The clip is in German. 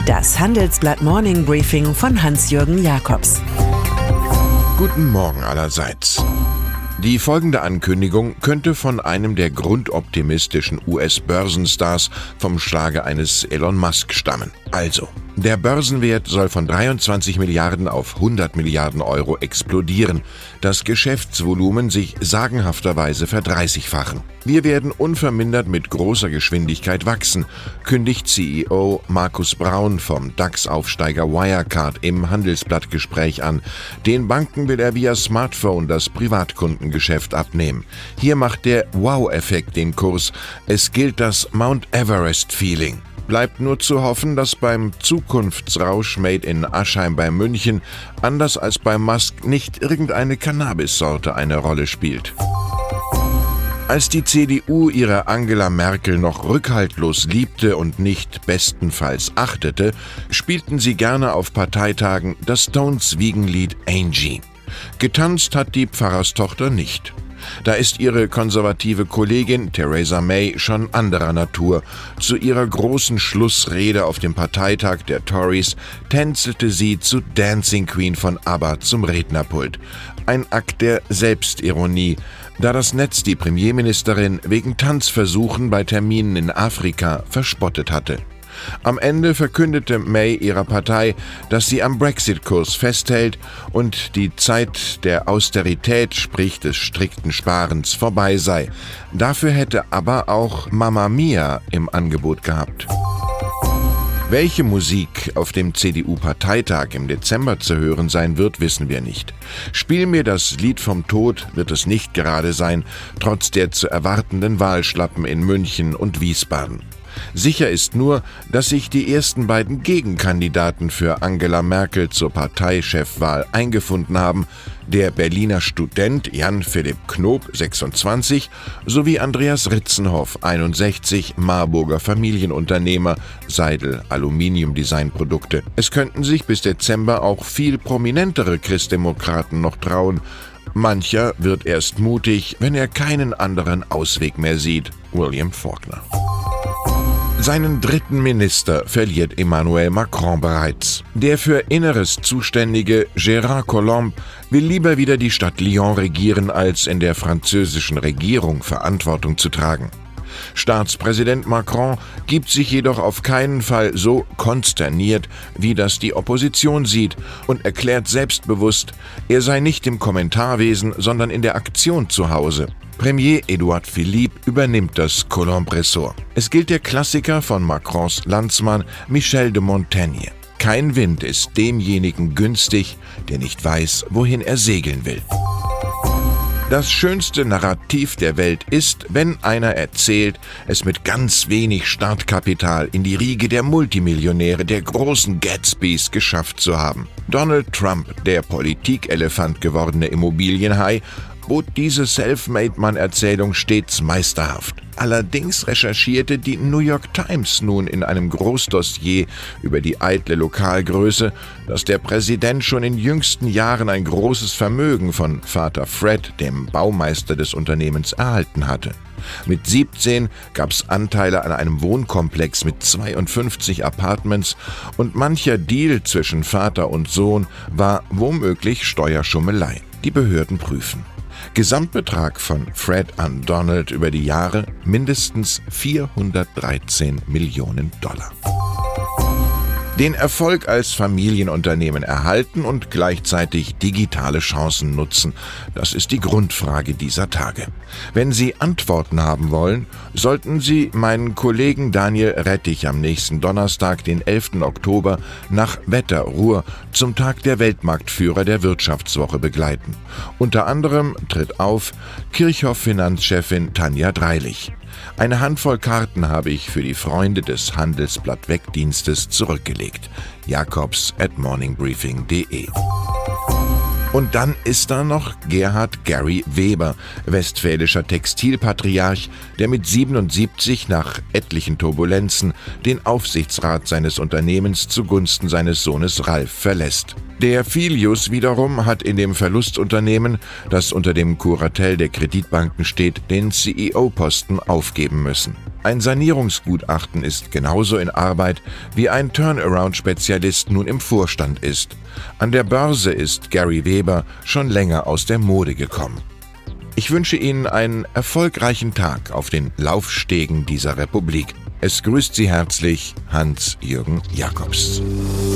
Das Handelsblatt Morning Briefing von Hans-Jürgen Jakobs. Guten Morgen allerseits. Die folgende Ankündigung könnte von einem der grundoptimistischen US-Börsenstars vom Schlage eines Elon Musk stammen. Also, der Börsenwert soll von 23 Milliarden auf 100 Milliarden Euro explodieren, das Geschäftsvolumen sich sagenhafterweise verdreißigfachen. Wir werden unvermindert mit großer Geschwindigkeit wachsen, kündigt CEO Markus Braun vom DAX-Aufsteiger Wirecard im Handelsblattgespräch an. Den Banken will er via Smartphone das Privatkundengeschäft abnehmen. Hier macht der Wow-Effekt den Kurs. Es gilt das Mount Everest-Feeling. Bleibt nur zu hoffen, dass beim Zukunftsrausch Made in Aschheim bei München, anders als bei Musk, nicht irgendeine Cannabissorte eine Rolle spielt. Als die CDU ihre Angela Merkel noch rückhaltlos liebte und nicht bestenfalls achtete, spielten sie gerne auf Parteitagen das Stones-Wiegenlied Angie. Getanzt hat die Pfarrerstochter nicht. Da ist ihre konservative Kollegin Theresa May schon anderer Natur. Zu ihrer großen Schlussrede auf dem Parteitag der Tories tänzelte sie zu Dancing Queen von ABBA zum Rednerpult. Ein Akt der Selbstironie, da das Netz die Premierministerin wegen Tanzversuchen bei Terminen in Afrika verspottet hatte. Am Ende verkündete May ihrer Partei, dass sie am Brexit-Kurs festhält und die Zeit der Austerität, sprich des strikten Sparens, vorbei sei. Dafür hätte aber auch Mamma Mia im Angebot gehabt. Welche Musik auf dem CDU-Parteitag im Dezember zu hören sein wird, wissen wir nicht. Spiel mir das Lied vom Tod wird es nicht gerade sein, trotz der zu erwartenden Wahlschlappen in München und Wiesbaden. Sicher ist nur, dass sich die ersten beiden Gegenkandidaten für Angela Merkel zur Parteichefwahl eingefunden haben, der Berliner Student Jan-Philipp Knob, 26, sowie Andreas Ritzenhoff, 61, Marburger Familienunternehmer, Seidel Aluminiumdesignprodukte. Es könnten sich bis Dezember auch viel prominentere Christdemokraten noch trauen. Mancher wird erst mutig, wenn er keinen anderen Ausweg mehr sieht. William Faulkner. Seinen dritten Minister verliert Emmanuel Macron bereits. Der für Inneres zuständige Gérard Collomb will lieber wieder die Stadt Lyon regieren, als in der französischen Regierung Verantwortung zu tragen. Staatspräsident Macron gibt sich jedoch auf keinen Fall so konsterniert, wie das die Opposition sieht, und erklärt selbstbewusst, er sei nicht im Kommentarwesen, sondern in der Aktion zu Hause. Premier Édouard Philippe übernimmt das Collomb-Ressort. Es gilt der Klassiker von Macrons Landsmann Michel de Montaigne. Kein Wind ist demjenigen günstig, der nicht weiß, wohin er segeln will. Das schönste Narrativ der Welt ist, wenn einer erzählt, es mit ganz wenig Startkapital in die Riege der Multimillionäre, der großen Gatsbys geschafft zu haben. Donald Trump, der Politikelefant gewordene Immobilienhai, bot diese Selfmade-Mann-Erzählung stets meisterhaft. Allerdings recherchierte die New York Times nun in einem Großdossier über die eitle Lokalgröße, dass der Präsident schon in jüngsten Jahren ein großes Vermögen von Vater Fred, dem Baumeister des Unternehmens, erhalten hatte. Mit 17 gab's Anteile an einem Wohnkomplex mit 52 Apartments und mancher Deal zwischen Vater und Sohn war womöglich Steuerschummelei. Die Behörden prüfen. Gesamtbetrag von Fred an Donald über die Jahre mindestens 413 Millionen $. Den Erfolg als Familienunternehmen erhalten und gleichzeitig digitale Chancen nutzen, das ist die Grundfrage dieser Tage. Wenn Sie Antworten haben wollen, sollten Sie meinen Kollegen Daniel Rettich am nächsten Donnerstag, den 11. Oktober, nach Wetterruhr zum Tag der Weltmarktführer der Wirtschaftswoche begleiten. Unter anderem tritt auf Kirchhoff-Finanzchefin Tanja Dreilich. Eine Handvoll Karten habe ich für die Freunde des Handelsblatt-Wegdienstes zurückgelegt. jakobs@morningbriefing.de. Und dann ist da noch Gerhard Gary Weber, westfälischer Textilpatriarch, der mit 77 nach etlichen Turbulenzen den Aufsichtsrat seines Unternehmens zugunsten seines Sohnes Ralf verlässt. Der Filius wiederum hat in dem Verlustunternehmen, das unter dem Kuratel der Kreditbanken steht, den CEO-Posten aufgeben müssen. Ein Sanierungsgutachten ist genauso in Arbeit, wie ein Turnaround-Spezialist nun im Vorstand ist. An der Börse ist Gary Weber schon länger aus der Mode gekommen. Ich wünsche Ihnen einen erfolgreichen Tag auf den Laufstegen dieser Republik. Es grüßt Sie herzlich Hans-Jürgen Jakobs.